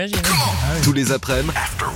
Tous les après-midi,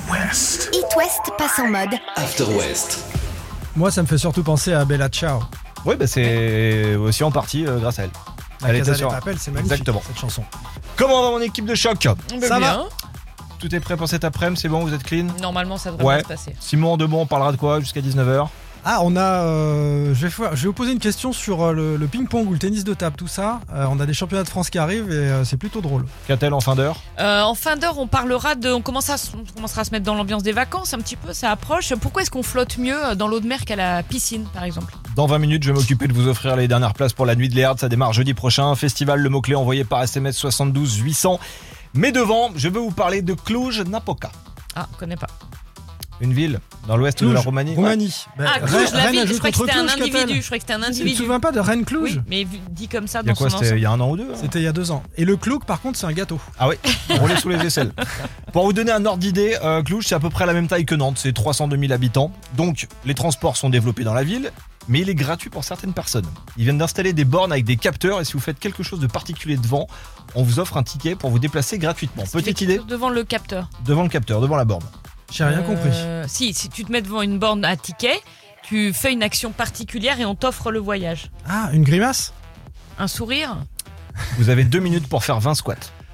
It West passe en mode After West. Moi, ça me fait surtout penser à Bella Ciao. Oui, c'est aussi en partie grâce à elle. Elle était sur. C'est magnifique, Exactement. cette chanson. Comment va mon équipe de choc? Ça va. Tout est prêt pour cet après-midi, c'est bon, vous êtes clean? Normalement, ça devrait bien se passer. Simon, en deux mots, on parlera de quoi jusqu'à 19h? Ah, on a. Je vais vous poser une question sur le ping-pong ou le tennis de table, tout ça. On a des championnats de France qui arrivent et c'est plutôt drôle. Qu'a-t-elle en fin d'heure? En fin d'heure, on parlera de. On commencera à se mettre dans l'ambiance des vacances un petit peu, ça approche. Pourquoi est-ce qu'on flotte mieux dans l'eau de mer qu'à la piscine, par exemple? Dans 20 minutes, je vais m'occuper de vous offrir les dernières places pour la nuit de l'Herd. Ça démarre jeudi prochain. Festival, le mot-clé envoyé par SMS 72 800. Mais devant, je veux vous parler de Cluj-Napoca. Ah, je connais pas. Une ville dans l'ouest de la Roumanie. Roumanie. Ah, Cluj, la ville, je croyais que c'était un Cluj, individu. Je croyais que c'était un Tu te individu. souviens pas de Rennes Cluj? Oui, mais dit comme ça Il y a dans quoi? son C'était ensemble. il y a un an ou deux? C'était il y a 2 ans. Et le clouk, par contre, c'est un gâteau. Ah oui, roulé sous les aisselles. Pour vous donner un ordre d'idée, Cluj, c'est à peu près la même taille que Nantes, c'est 302 000 habitants. Donc, les transports sont développés dans la ville, mais il est gratuit pour certaines personnes. Ils viennent d'installer des bornes avec des capteurs, et si vous faites quelque chose de particulier devant, on vous offre un ticket pour vous déplacer gratuitement. Petite idée? Devant le capteur. Devant le capteur, devant la borne. J'ai rien compris. Si tu te mets devant une borne à ticket, tu fais une action particulière et on t'offre le voyage. Ah, une grimace? Un sourire? Vous avez 2 minutes pour faire 20 squats.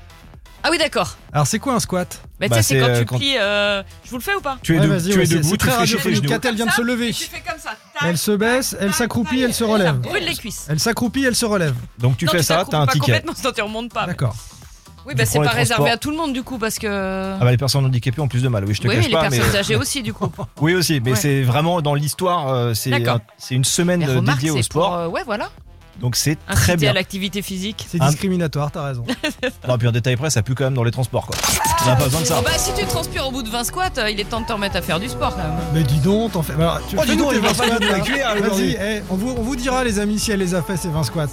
Ah oui, d'accord. Alors, c'est quoi un squat? Tu sais, c'est quand tu plies. Je vous le fais ou pas? Tu es, Ouais, tu vas-y, es ouais, debout, c'est tu très fléchis les radiophonique. genoux. Catel vient de se lever. Et tu fais comme ça. Elle se baisse, elle s'accroupit, elle se relève. Brûle les cuisses. Elle s'accroupit, elle se relève. Donc tu fais ça, t'as un pas ticket. complètement, sinon tu remontes pas. D'accord. Oui, Tu c'est prends pas les réservé transports. à tout le monde du coup parce que. Ah bah les personnes handicapées ont plus de mal, oui, je te Oui, mais cache les pas. personnes âgées aussi du coup. Oui aussi, mais Ouais. c'est vraiment dans l'histoire, c'est D'accord. une semaine Mais remarque, dédiée au c'est sport, pour, ouais, voilà. donc c'est très Inciter bien. à l'activité physique. C'est discriminatoire, t'as raison. Non, puis en détail près, ça pue quand même dans les transports quoi. On n'a pas besoin de ça. Oh bah si tu transpires au bout de 20 squats, il est temps de te remettre à faire du sport quand même. Mais dis donc, t'en fais. Alors, tu Oh, dis fais-nous donc, tes il va 20 falloir squats, de la là. cuillère, Vas-y, aujourd'hui. on vous dira, les amis, si elle les a fait, ces 20 squats.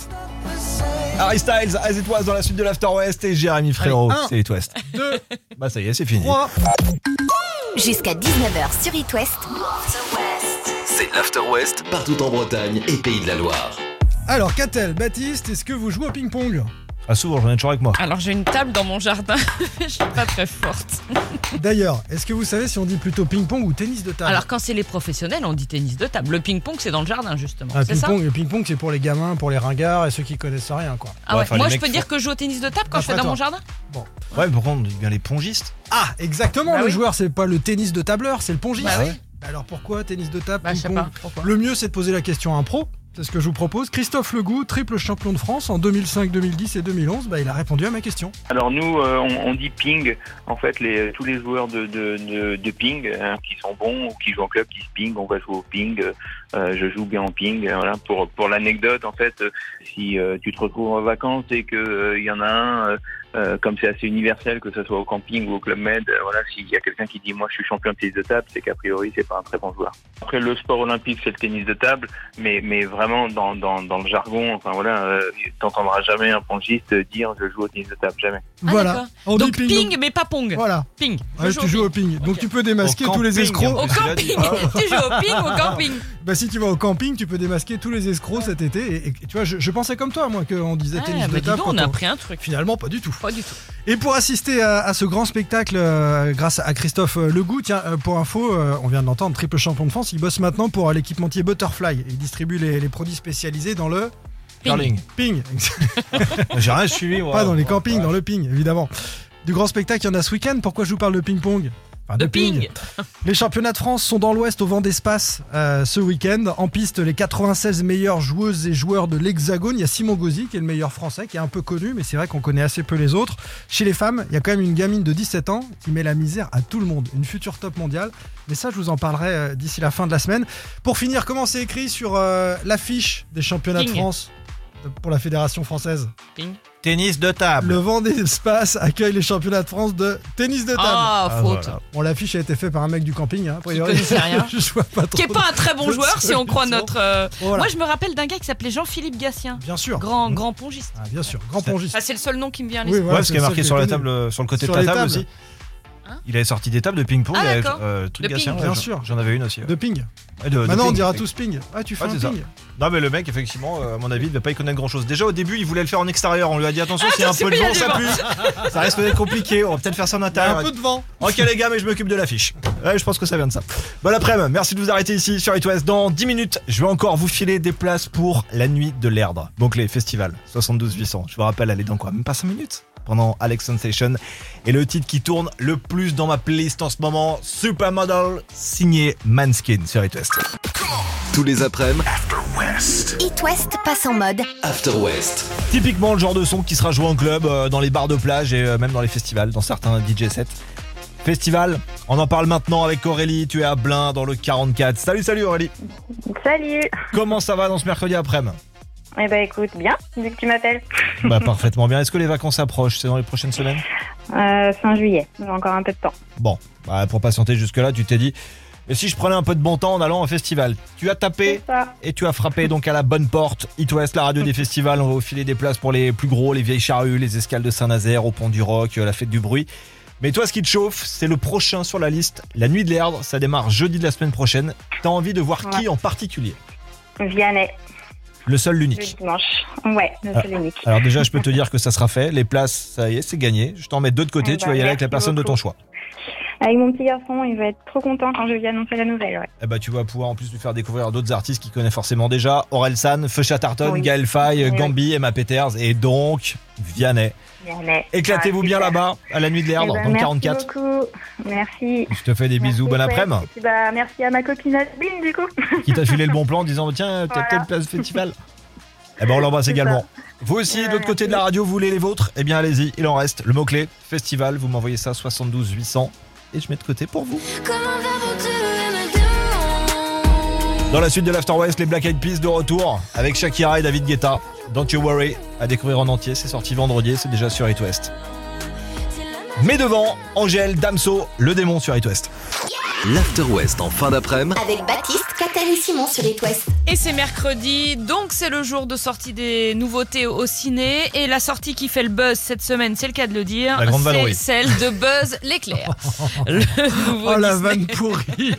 Harry Styles, As It Was dans la suite de l'After West et Jérémy Frérot, Allez, un, c'est It West. 2, Bah ça y est, c'est fini. 3. jusqu'à 19h sur It West. C'est l'After West partout en Bretagne et Pays de la Loire. Alors, Catel, Baptiste, est-ce que vous jouez au ping-pong? Ah souvent, j'en ai toujours avec moi. Alors j'ai une table dans mon jardin, je suis pas très forte. D'ailleurs, est-ce que vous savez si on dit plutôt ping-pong ou tennis de table? Alors quand c'est les professionnels, on dit tennis de table. Le ping-pong c'est dans le jardin justement. Ah, c'est ça? le ping-pong, c'est pour les gamins, pour les ringards et ceux qui connaissent rien, quoi. Ah Ouais, ouais. enfin, Moi les je mecs peux dire font- que je joue au tennis de table quand je fais Après dans mon toi. jardin. Ouais, mais pourquoi on dit bien les pongistes? Ah, exactement, Bah le oui. joueur, c'est pas le tennis de tableur, c'est le pongiste. Bah oui. Alors pourquoi tennis de table, Bah je sais ping-pong? pas pourquoi. Le mieux, c'est de poser la question à un pro. C'est ce que je vous propose. Christophe Legout, triple champion de France en 2005, 2010 et 2011. Bah, il a répondu à ma question. Alors nous, on dit ping. En fait, tous les joueurs de ping qui sont bons ou qui jouent en club, qui se ping, on va jouer au ping. Je joue bien en ping. Voilà. Pour l'anecdote, en fait, si tu te retrouves en vacances et que il y en a un, comme c'est assez universel, que ce soit au camping ou au Club Med, voilà, s'il y a quelqu'un qui dit moi je suis champion de tennis de table, c'est qu'a priori c'est pas un très bon joueur. Après le sport olympique c'est le tennis de table, mais vraiment dans le jargon, enfin voilà, t'entendras jamais un pongiste dire je joue au tennis de table, jamais. Ah, Voilà. d'accord. On dit Donc ping mais pas pong. Voilà. Ping. Je Ouais, joue tu au joues au ping. ping. Donc Ok. tu peux démasquer Au tous les camping, escrocs. Au en plus, il a dit. camping. Tu joues au ping ou au camping? Bah si tu vas au camping, tu peux démasquer tous les escrocs cet été. Et tu vois, je pensais comme toi, moi, qu'on disait tennis Ah, de bah dis table. donc, quand on a appris un truc. Finalement, pas du tout. Pas du tout. Et pour assister à ce grand spectacle, grâce à Christophe Legout, tiens, pour info, on vient de l'entendre, triple champion de France, il bosse maintenant pour l'équipementier Butterfly. Et il distribue les produits spécialisés dans le Curling. ping. J'ai rien suivi moi. Pas dans les campings, dans le ping, évidemment. Du grand spectacle, il y en a ce week-end. Pourquoi je vous parle de ping-pong? Enfin, De ping. Les championnats de France sont dans l'Ouest au vent d'espace ce week-end. En piste, les 96 meilleures joueuses et joueurs de l'Hexagone. Il y a Simon Gauzy qui est le meilleur français, qui est un peu connu, mais c'est vrai qu'on connaît assez peu les autres. Chez les femmes, il y a quand même une gamine de 17 ans qui met la misère à tout le monde. Une future top mondiale. Mais ça, je vous en parlerai d'ici la fin de la semaine. Pour finir, comment c'est écrit sur l'affiche des championnats de Ping. France pour la Fédération française? Ping. Tennis de table. Le vent d'espace accueille les championnats de France de tennis de table. Ah, faute. voilà. Bon, l'affiche a été faite par un mec du camping, hein, a priori. connaissait rien. Je vois pas trop. Qui est pas un très bon de joueur si on croit solution. notre. Voilà. Moi je me rappelle d'un gars qui s'appelait Jean-Philippe Gatien. Bien sûr. Grand pongiste. Ah, bien sûr, grand pongiste. Ah, c'est le seul nom qui me vient à Oui, l'esprit. voilà, Ouais, parce qu'il y a c'est marqué ça sur que la je connais. table, sur le côté Sur de les ta table tables. aussi. Il avait sorti des tables de ping-pong. Ah, il avait, d'accord. truc De Gatien, ping. Bien j'en- sûr. J'en avais une aussi. De ping. De Maintenant, on ping, dira ping. tous ping. Ah, tu fais Ouais, un c'est ça. ping. Non, mais le mec, effectivement, à mon avis, il ne va pas y connaître grand chose. Déjà, au début, il voulait le faire en extérieur. On lui a dit attention, s'il y a un peu de il y a vent, du ça vent. pue. Ça risque d'être compliqué. On va peut-être faire ça en Il y a intérieur. un peu de vent. Ok, les gars, mais je m'occupe de l'affiche. Ouais, je pense que ça vient de ça. Bon après-midi, merci de vous arrêter ici sur It West. Dans 10 minutes, je vais encore vous filer des places pour la nuit de l'Erdre. Donc, les festivals 72 800. Je vous rappelle, elle est dans quoi? Même pas 5 minutes pendant Alex Sensation. Et le titre qui tourne le plus dans ma playlist en ce moment, Supermodel, signé Manskin sur It West. Tous les après-midi, It West passe en mode After West. Typiquement le genre de son qui sera joué en club, dans les bars de plage et même dans les festivals, dans certains DJ sets. Festival, on en parle maintenant avec Aurélie, tu es à Blain dans le 44. Salut Aurélie. Salut. Comment ça va dans ce mercredi après-midi? Eh ben écoute, bien, vu que tu m'appelles. Bah parfaitement bien. Est-ce que les vacances approchent? C'est dans les prochaines semaines? Fin juillet, j'ai encore un peu de temps. Bon, bah pour patienter jusque-là, tu t'es dit, et si je prenais un peu de bon temps en allant au festival? Tu as tapé C'est ça. et tu as frappé donc à la bonne porte. It West, la radio des festivals. On va vous filer des places pour les plus gros, les vieilles charrues, les escales de Saint-Nazaire, au Pont du Roc, la fête du bruit. Mais toi, ce qui te chauffe, c'est le prochain sur la liste, la nuit de l'Erdre. Ça démarre jeudi de la semaine prochaine. T'as envie de voir qui en particulier? Vianney, Le seul, le l'unique. dimanche. Ouais, le seul unique. Alors déjà, je peux te dire que ça sera fait. Les places, ça y est, c'est gagné. Je t'en mets deux de côté. Eh Tu ben, vas y aller avec la merci personne de ton beaucoup. choix. Avec mon petit garçon, il va être trop content quand je lui annoncer la nouvelle. Ouais. Eh ben, tu vas pouvoir en plus lui faire découvrir d'autres artistes qu'il connaît forcément déjà. Orelsan, Feu Chatterton, Oui. Gaël Faye, Oui, oui. Gambi, Emma Peters et donc Vianney. Vianney. Éclatez-vous Ah, bien super. là-bas à la nuit de l'Erdre Eh ben, dans le merci 44. beaucoup. Merci. Je te fais des bisous. Bon Merci, après-midi. ouais. Et puis, bah, merci à ma copine Asbine, du coup. Qui t'a filé le bon plan en disant tiens, t'as Voilà. peut-être place festival. Eh ben on l'embrasse C'est également. ça. Vous aussi, de l'autre côté de la merci. radio, vous voulez les vôtres? Eh bien allez-y, il en reste. Le mot-clé, festival, vous m'envoyez ça 72 800 et je mets de côté pour vous. Dans la suite de l'After West, les Black Eyed Peas de retour avec Shakira et David Guetta. Don't You Worry, à découvrir en entier, c'est sorti vendredi, c'est déjà sur It West. Mais devant, Angèle, Damso, le démon sur It West. L'After West en fin d'après-midi, avec Baptiste, Catel et Simon sur It West. Et c'est mercredi, donc c'est le jour de sortie des nouveautés au ciné. Et la sortie qui fait le buzz cette semaine, c'est le cas de le dire, La grande c'est vadrouille. celle de Buzz l'éclair. Le nouveau Oh la Disney. vanne pourrie.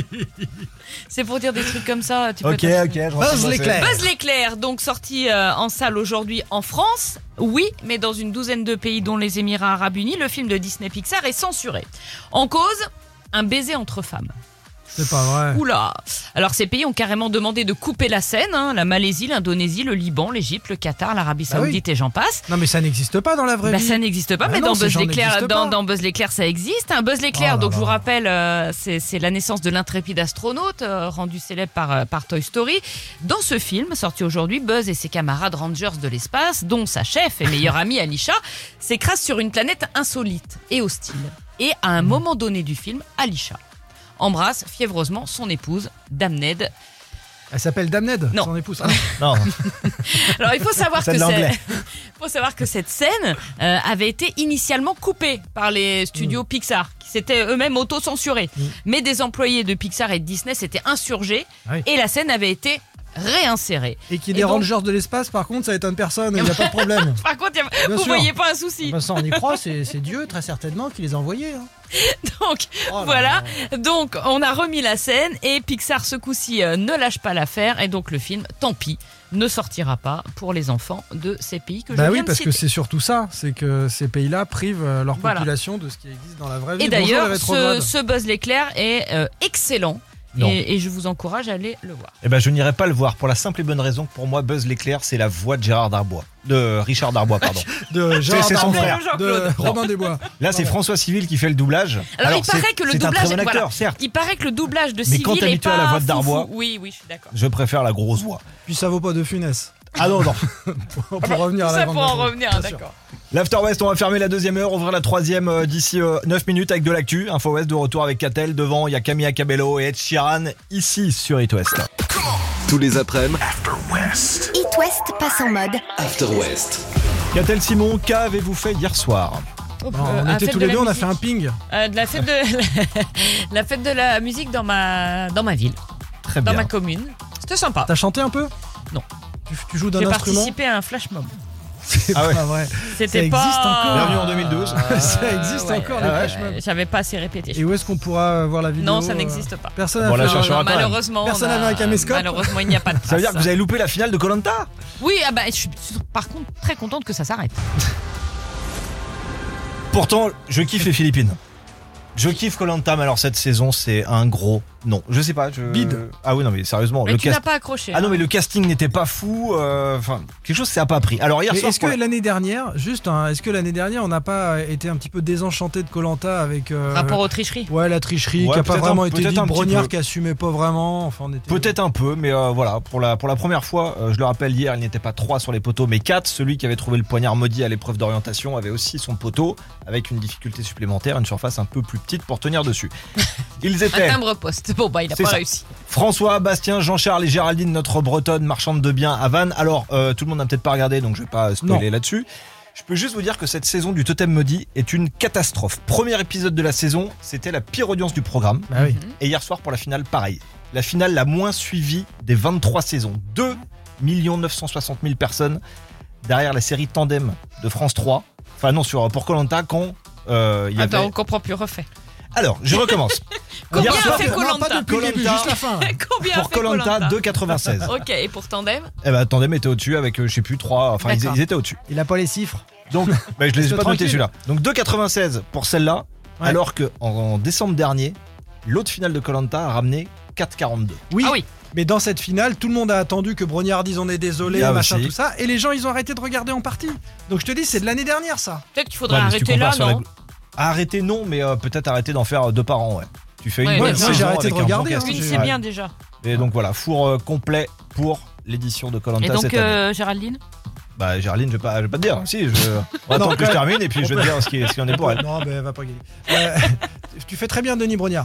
C'est pour dire des trucs comme ça. Tu peux Ok, pas- je Buzz l'éclair. Buzz l'éclair, donc sorti en salle aujourd'hui en France. Oui, mais dans une douzaine de pays dont les Émirats Arabes Unis, le film de Disney Pixar est censuré. En cause, un baiser entre femmes. C'est pas vrai. Oula. Alors ces pays ont carrément demandé de couper la scène, hein, la Malaisie, l'Indonésie, le Liban, l'Égypte, le Qatar, l'Arabie Ah oui. Saoudite et j'en passe. Non mais ça n'existe pas dans la vraie Bah, vie. ça n'existe pas, Bah mais non, dans ces Buzz gens l'éclair, n'existent pas. dans Buzz l'éclair, ça existe. Un Buzz l'éclair, Oh là donc je vous là. rappelle, c'est la naissance de l'intrépide astronaute rendu célèbre par Toy Story. Dans ce film, sorti aujourd'hui, Buzz et ses camarades rangers de l'espace, dont sa chef et meilleure amie Alisha, s'écrasent sur une planète insolite et hostile. Et à un moment donné du film, Alisha embrasse fiévreusement son épouse, Damned. Elle s'appelle Damned, Non. son épouse. Non, Alors il faut savoir C'est que de l'anglais. faut savoir que cette scène avait été initialement coupée par les studios Pixar, qui s'étaient eux-mêmes auto-censurés. Mais des employés de Pixar et de Disney s'étaient insurgés Ah oui. et la scène avait été réinsérée. Et qui est Et des donc- rangers de l'espace, par contre, ça étonne personne, il n'y a pas de problème. Par contre, Bien vous sûr. voyez pas un souci. Bah, ça, on y croit, c'est Dieu, très certainement, qui les a envoyés. Hein. Donc Oh là voilà, là. donc on a remis la scène et Pixar ce coup-ci ne lâche pas l'affaire et donc le film, tant pis, ne sortira pas pour les enfants de ces pays que je Bah viens oui, de parce citer. que c'est surtout ça, c'est que ces pays-là privent leur Voilà. population de ce qui existe dans la vraie vie. Et Bonjour, d'ailleurs, les rétrogrades. ce Buzz l'éclair est excellent. Non. Et je vous encourage à aller le voir. eh ben je n'irai pas le voir pour la simple et bonne raison que pour moi Buzz l'éclair c'est la voix de Gérard Darbois, de Richard Darbois pardon. De Gérard c'est son Darbois, frère. de Jean-Claude. Robin des Bois. Là c'est François Civil qui fait le doublage. Alors, il paraît c'est- que le c'est doublage, un très bon acteur, voilà. certes. Il paraît que le doublage de Mais Civil quand t'es est habitué pas à la voix de Darbois- foufou. Oui, je suis d'accord. Je préfère la grosse voix. Puis ça vaut pas de funès. Ah non non. Pour revenir à la Ça grande pour en vadrouille. revenir, Bien sûr. d'accord. L'After West, on va fermer la deuxième heure, ouvrir la troisième d'ici 9 minutes avec de l'actu. Info West de retour avec Catel. Devant, il y a Camilla Cabello et Ed Sheeran ici sur It West. tous les après-midi, It West passe en mode After West. Catel Simon, qu'avez-vous fait hier soir? Oh, Non, on la était fête tous de les la deux, on a musique. fait un ping. De la fête de la fête de la musique dans ma ville, Très dans bien. ma commune. C'était sympa. T'as chanté un peu? Non. Tu joues d'un J'ai instrument? participé à un flash mob. C'est Ah ouais. pas vrai. C'était Ça pas. existe encore. Bienvenue en 2012. Ça existe encore, les flash mobs. J'avais pas assez répété. Et où est-ce qu'on pourra voir la vidéo? Non, ça n'existe pas. Personne Bon, n'a là, fait je un- cherche- quand même. Malheureusement, Personne on a- n'avait un caméscope. Malheureusement, il n'y a pas de Ça veut dire que trace. vous avez loupé la finale de Koh-Lanta? Oui, ah bah, je suis par contre très contente que ça s'arrête. Pourtant, je kiffe les Philippines. Je kiffe Koh-Lanta, mais alors cette saison, c'est un gros non. Je sais pas. Bide. Ah oui, non, mais sérieusement. Mais le tu cast- n'as pas accroché. Ah non, hein. mais le casting n'était pas fou. Enfin, quelque chose, ça n'a pas pris. Alors, hier Mais soir. est-ce que l'année dernière, est-ce que l'année dernière, on n'a pas été un petit peu désenchanté de Koh-Lanta avec Rapport aux tricheries. ouais, la tricherie Ouais, qui a pas peut-être vraiment un- été peut-être dit, un petit Brognard peu. qui assumait pas vraiment. Enfin, on était... Peut-être un peu, mais voilà, pour la première fois, je le rappelle, hier, il n'était pas 3 sur les poteaux, mais 4. Celui qui avait trouvé le poignard maudit à l'épreuve d'orientation avait aussi son poteau, avec une difficulté supplémentaire, une surface un peu plus petite pour tenir dessus. Ils Un étaient timbre poste. Bon, bah, il n'a C'est pas ça. réussi. François, Bastien, Jean-Charles et Géraldine, notre bretonne marchande de biens à Vannes. Alors, tout le monde n'a peut-être pas regardé, donc je vais pas spoiler là-dessus. Je peux juste vous dire que cette saison du Totem Maudit est une catastrophe. Premier épisode de la saison, c'était la pire audience du programme. Bah oui. Et hier soir pour la finale, pareil. La finale la moins suivie des 23 saisons. 2 960 000 personnes derrière la série Tandem de France 3. Enfin non, pour Koh-Lanta quand il y Attends, avait... on comprend plus, refait. Alors, je recommence. Combien Hier soir, fait Non, Koh-Lanta pas depuis le début, Koh-Lanta. juste la fin. Combien pour fait Koh-Lanta, Koh-Lanta 2,96. Ok, et pour Tandem Eh ben, Tandem était au-dessus avec, je sais plus, 3. Enfin, D'accord. ils étaient au-dessus. Il a pas les chiffres. Donc, je les ai Laisse-le pas notés tranquille. celui-là. Donc 2,96 pour celle-là, Ouais. alors que en décembre dernier, l'autre finale de Koh-Lanta a ramené 4,42. Oui. Ah oui. Mais dans cette finale, tout le monde a attendu que Brognard dise on est désolé, Ah, machin, aussi. tout ça. Et les gens, ils ont arrêté de regarder en partie. Donc je te dis, c'est de l'année dernière, ça. Peut-être qu'il faudrait Ouais, mais si tu arrêter là, compares sur la- non Arrêter non, mais peut-être arrêter d'en faire 2 par an, ouais. Tu fais Ouais, une mais bonne moi, saison j'ai arrêté avec de un bon regarder, hein, casting. Une, j'ai- c'est Ouais. bien déjà. Et donc voilà, four complet pour l'édition de Koh-Lanta Et donc, cette année. Géraldine Bah Géraldine, je vais pas te dire. Si, on va attendre que je termine et puis je vais te dire ce qui en est pour elle. Non, mais elle va pas gagner. Tu fais très bien, Denis Brognard.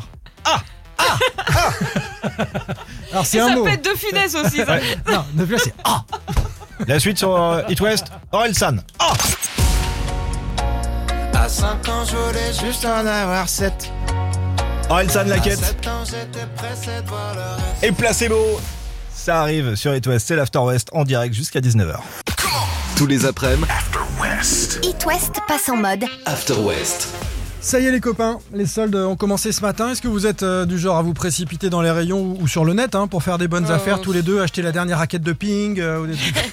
Alors c'est Et un ça mot. peut être de finesse aussi, ça. Non, ne plus là, c'est ah. La suite sur It West, Orelsan. Ah, À 5 ans, je voulais juste en avoir 7. Orelsan la à quête. 7 ans, j'étais pressé de voir le reste. Et placebo. Ça arrive sur It West, c'est l'After West en direct jusqu'à 19h. Tous les après-midi, It West passe en mode. After West. Ça y est les copains, les soldes ont commencé ce matin. Est-ce que vous êtes du genre à vous précipiter dans les rayons ou sur le net pour faire des bonnes affaires tous les deux, acheter la dernière raquette de ping ou des trucs.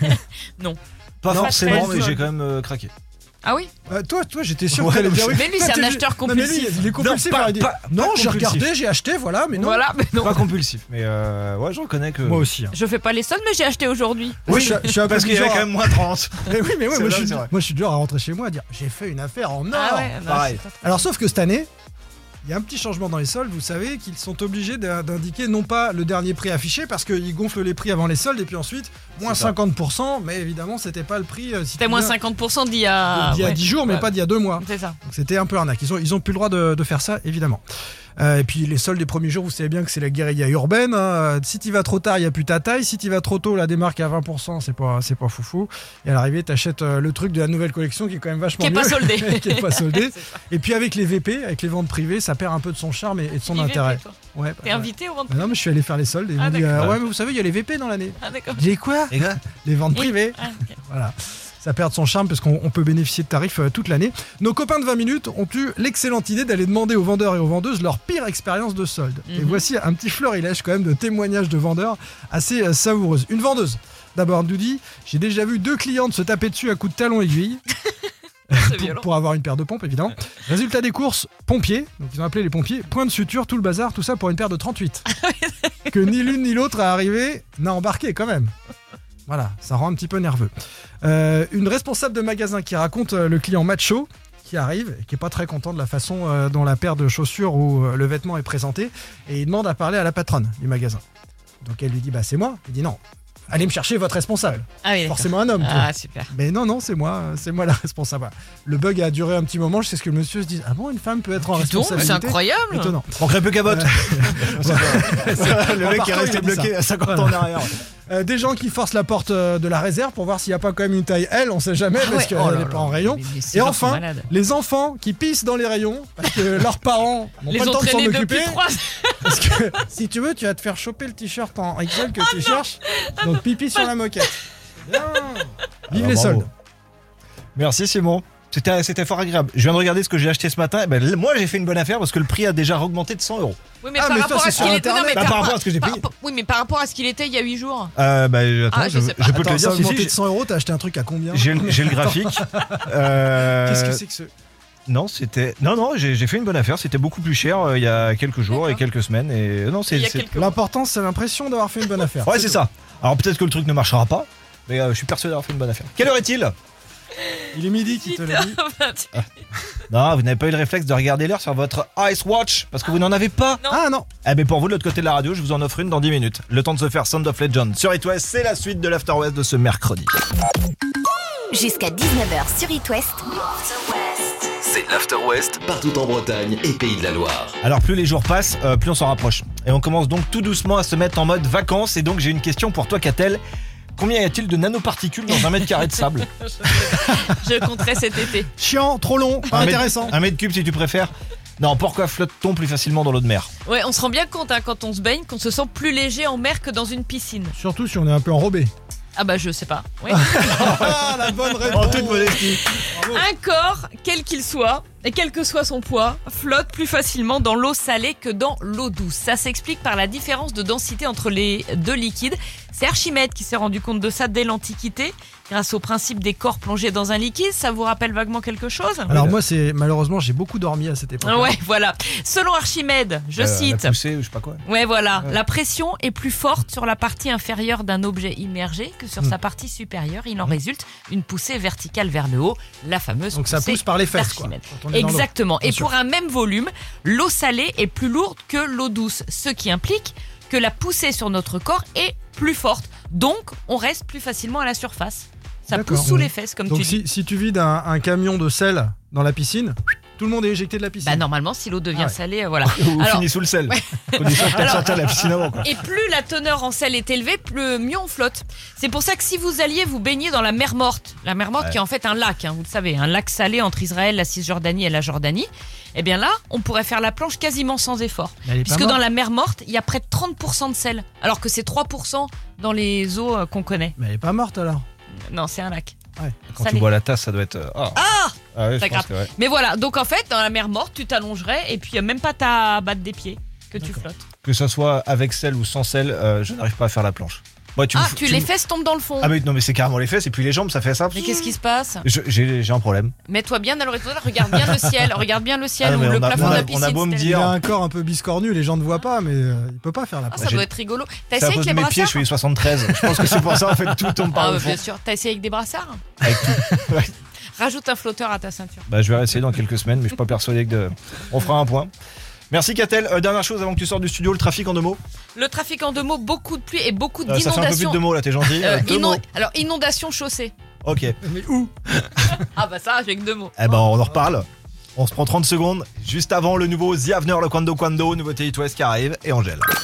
Pas Non, forcément, pas mais très j'ai quand même craqué. Ah oui Toi j'étais sûr Ouais, que t'allais non, dire oui. mais lui, Toi, c'est un t'es- acheteur Non, mais lui, compulsif. il est compulsif. Non, alors il dit, pas non, j'ai compulsif. regardé, j'ai acheté, voilà, mais non. Voilà, mais non. Pas compulsif, mais ouais, je reconnais que. Moi aussi. Je fais pas les soldes, mais j'ai acheté aujourd'hui. Oui, je suis un peu Parce du qu'il y avait genre quand même moins 30. Mais oui, mais ouais, C'est moi, vrai, je suis, c'est vrai. moi je suis du genre à rentrer chez moi à dire j'ai fait une affaire en or. Ah ouais, non, pareil. c'est pas très- Alors sauf que cette année, il y a un petit changement dans les soldes, vous savez qu'ils sont obligés d'indiquer non pas le dernier prix affiché parce qu'ils gonflent les prix avant les soldes et puis ensuite moins C'est ça. 50%, mais évidemment c'était pas le prix. Si C'était tu moins viens 50% d'il y a. d'il y a ouais. 10 jours, mais Ouais. pas d'il y a 2 mois. C'est ça. Donc c'était un peu arnaque. Ils ont plus le droit de faire ça, évidemment. Et puis les soldes des premiers jours, vous savez bien que c'est la guérilla urbaine. Si tu vas trop tard, il n'y a plus ta taille. Si tu vas trop tôt, la démarque à 20%, c'est pas foufou. Et à l'arrivée, t'achètes le truc de la nouvelle collection qui est quand même vachement Qui est pas mieux. soldé. Qui est pas soldé. C'est ça. Et puis avec les VP, avec les ventes privées, ça perd un peu de son charme et de son IVP, intérêt. toi. Ouais, T'es invité au ventre. Non, mais je suis allé faire les soldes et ils Ah, m'ont dit d'accord. ouais, mais vous savez, il y a les VP dans l'année. Ah, d'accord. J'ai dit quoi? Les gars, Les ventes privées. Ah, ok. Voilà. Ça perd son charme parce qu'on peut bénéficier de tarifs toute l'année. Nos copains de 20 minutes ont eu l'excellente idée d'aller demander aux vendeurs et aux vendeuses leur pire expérience de solde. Et Mhm. voici un petit florilège quand même de témoignages de vendeurs assez savoureuses. Une vendeuse, d'abord, nous dit « J'ai déjà vu 2 clientes se taper dessus à coups de talon aiguille. » C'est violent. pour avoir une paire de pompes évidemment. Résultat des courses, pompiers, donc ils ont appelé les pompiers, point de suture, tout le bazar, tout ça pour une paire de 38. Que ni l'une ni l'autre à arriver n'a embarqué quand même. Voilà, ça rend un petit peu nerveux. Une responsable de magasin qui raconte le client macho qui arrive et qui est pas très content de la façon dont la paire de chaussures ou le vêtement est présenté et il demande à parler à la patronne du magasin. Donc elle lui dit bah c'est moi. Il dit non, allez me chercher votre responsable. Ah oui, d'accord. Forcément un homme. toi. Ah, super. Mais non, c'est moi la responsable. Voilà. Le bug a duré un petit moment, je sais ce que le monsieur se dit. Ah bon, une femme peut être en Dis donc, responsabilité. c'est incroyable. Étonnant. manquerait plus qu'à botte. Le En mec partant, est resté il a dit bloqué ça. à 50 ans en Voilà. arrière. Des gens qui forcent la porte de la réserve pour voir s'il n'y a pas quand même une taille L, on sait jamais Ah parce ouais. qu'elle Oh là n'est là. pas en rayon. Mais ces Et gens enfin, sont malades. les enfants qui pissent dans les rayons parce que leurs parents n'ont Les pas le ont temps de s'en traînés occuper. depuis 3 Parce que si tu veux, tu vas te faire choper le t-shirt en XL que tu cherches. Donc pipi sur la moquette. Bien. Vive Alors, les bravo. soldes. Merci Simon. C'était fort agréable. Je viens de regarder ce que j'ai acheté ce matin. Moi, j'ai fait une bonne affaire parce que le prix a déjà augmenté de 100 €. Oui, mais Ah, par mais rapport toi, à c'est ce qu'il sur était. Internet. Par rapport à ce que j'ai payé. Oui, mais par rapport à ce qu'il était il y a 8 jours. Attends, je sais pas. je peux te Attends, le ça a dire. augmenté de 100 €, t'as acheté un truc à combien? J'ai le graphique. Qu'est-ce que c'est que ce... Non, j'ai fait une bonne affaire. C'était beaucoup plus cher il y a quelques jours et quelques semaines. Et non, Il y a quelques mois. L'important, c'est l'impression d'avoir fait une bonne affaire. Ouais, c'est ça. Alors peut-être que le truc ne marchera pas, mais je suis persuadé d'avoir fait une bonne affaire. Quelle heure est-il? Il est midi qui te l'a dit. Non, vous n'avez pas eu le réflexe de regarder l'heure sur votre Ice Watch parce que vous n'en avez pas. Non. Ah non. Eh ben pour vous de l'autre côté de la radio, je vous en offre une dans 10 minutes. Le temps de se faire Sound of Legend sur It West, c'est la suite de l'After West de ce mercredi. Jusqu'à 19h sur It West. C'est l'After West partout en Bretagne et Pays de la Loire. Alors plus les jours passent, plus on s'en rapproche. Et on commence donc tout doucement à se mettre en mode vacances. Et donc j'ai une question pour toi, Catel. Combien y a-t-il de nanoparticules dans 1 mètre carré de sable? Je compterai cet été. Chiant, trop long, pas intéressant. 1 mètre cube si tu préfères. Non, pourquoi flotte-t-on plus facilement dans l'eau de mer? Ouais, on se rend bien compte quand on se baigne qu'on se sent plus léger en mer que dans une piscine. Surtout si on est un peu enrobé. Ah bah je sais pas. Oui. Ah, la bonne réponse. En toute modestie. Un corps, quel qu'il soit, et quel que soit son poids, flotte plus facilement dans l'eau salée que dans l'eau douce. Ça s'explique par la différence de densité entre les deux liquides. C'est Archimède qui s'est rendu compte de ça dès l'Antiquité, grâce au principe des corps plongés dans un liquide. Ça vous rappelle vaguement quelque chose? Alors moi, malheureusement, j'ai beaucoup dormi à cette époque. Ouais, voilà. Selon Archimède, je cite. La poussée, je sais pas quoi. Ouais, voilà. La pression est plus forte sur la partie inférieure d'un objet immergé que sur sa partie supérieure. Il en résulte une poussée verticale vers le haut, la fameuse Donc ça poussée pousse par les fesses, quoi. d'Archimède. quand on est dans l'eau. Exactement. Bien Et sûr. pour un même volume, l'eau salée est plus lourde que l'eau douce, ce qui implique que la poussée sur notre corps est plus forte. Donc, on reste plus facilement à la surface. Ça D'accord. pousse sous les fesses, comme Donc tu dis. si tu vides un camion de sel dans la piscine, tout le monde est éjecté de la piscine. Bah normalement, si l'eau devient Ah ouais. salée, voilà. Ou Alors- finit sous le sel. Condition de pas sortir de la piscine avant, quoi. Et plus la teneur en sel est élevée, plus mieux on flotte. C'est pour ça que si vous alliez vous baigner dans la mer Morte qui est en fait un lac, vous le savez, un lac salé entre Israël, la Cisjordanie et la Jordanie, eh bien là, on pourrait faire la planche quasiment sans effort. Mais elle est pas Puisque morte. dans la mer Morte, il y a près de 30% de sel, alors que c'est 3% dans les eaux qu'on connaît. Mais elle est pas morte alors. Non, c'est un lac. Quand Salé. tu bois la tasse, ça doit être. Ah ouais, Ça je pense gratte. que ouais. Mais voilà, donc en fait, dans la mer Morte, tu t'allongerais et puis même pas ta battre des pieds que tu flottes. Que ça soit avec sel ou sans sel, je n'arrive pas à faire la planche. Moi, Les fesses tombent dans le fond. Ah mais non, mais c'est carrément les fesses et puis les jambes, ça fait ça. Mais qu'est-ce qui se passe? J'ai un problème. Mets-toi bien à l'horizon, regarde bien le ciel, Ah, ou mais le on a- plafond on de a- la on piscine. a beau me c'est Il dire- a un corps un peu biscornu, les gens ne voient pas, mais il peut pas faire la Ah, planche. ça doit être rigolo. T'as C'est à essayé cause avec de les mes pieds, je brassards? suis 73. Je pense que c'est pour ça, en fait, tout tombe par Ah, le bah, fond. bien sûr. T'as essayé avec des brassards? Avec tout. Ouais. Rajoute un flotteur à ta ceinture. Bah, je vais essayer dans quelques semaines, mais je suis pas persuadé que on fera un point. Merci Catel. Dernière chose avant que tu sortes du studio, le trafic en 2 mots. Le trafic en 2 mots, beaucoup de pluie et beaucoup Ça fait un peu plus de d'inondations. 2 mots là, t'es gentil. 2 mots. Alors, inondation chaussée. Ok. Mais où? Ah bah ça, avec 2 mots. Eh ben, on en reparle. On se prend 30 secondes. Juste avant le nouveau The Avener, le Quando Quando, nouveauté It West qui arrive et Angèle.